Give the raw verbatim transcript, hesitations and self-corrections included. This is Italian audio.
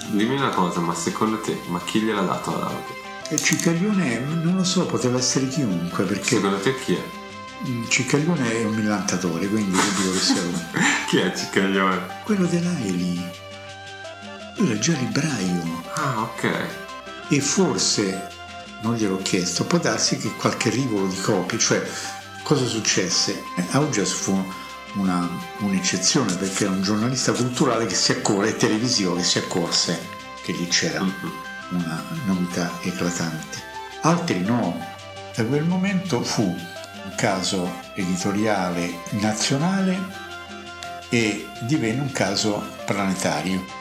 Dimmi una cosa, ma secondo te, ma chi gliel'ha dato a Laude? E Ciccaglione, non lo so, poteva essere chiunque, perché Secondo te chi è? Ciccaglione è un millantatore, quindi io dico che sia lui. Chi è Ciccaglione? Quello dell'Aili. Lui era già libraio. Ah, ok. E forse, non gliel'ho chiesto, può darsi che qualche rivolo di copie, cioè cosa successe? Augias fu una, un'eccezione, perché era un giornalista culturale che si accorse, e televisivo che si accorse che lì c'era una novità eclatante. Altri no. Da quel momento fu un caso editoriale nazionale e divenne un caso planetario.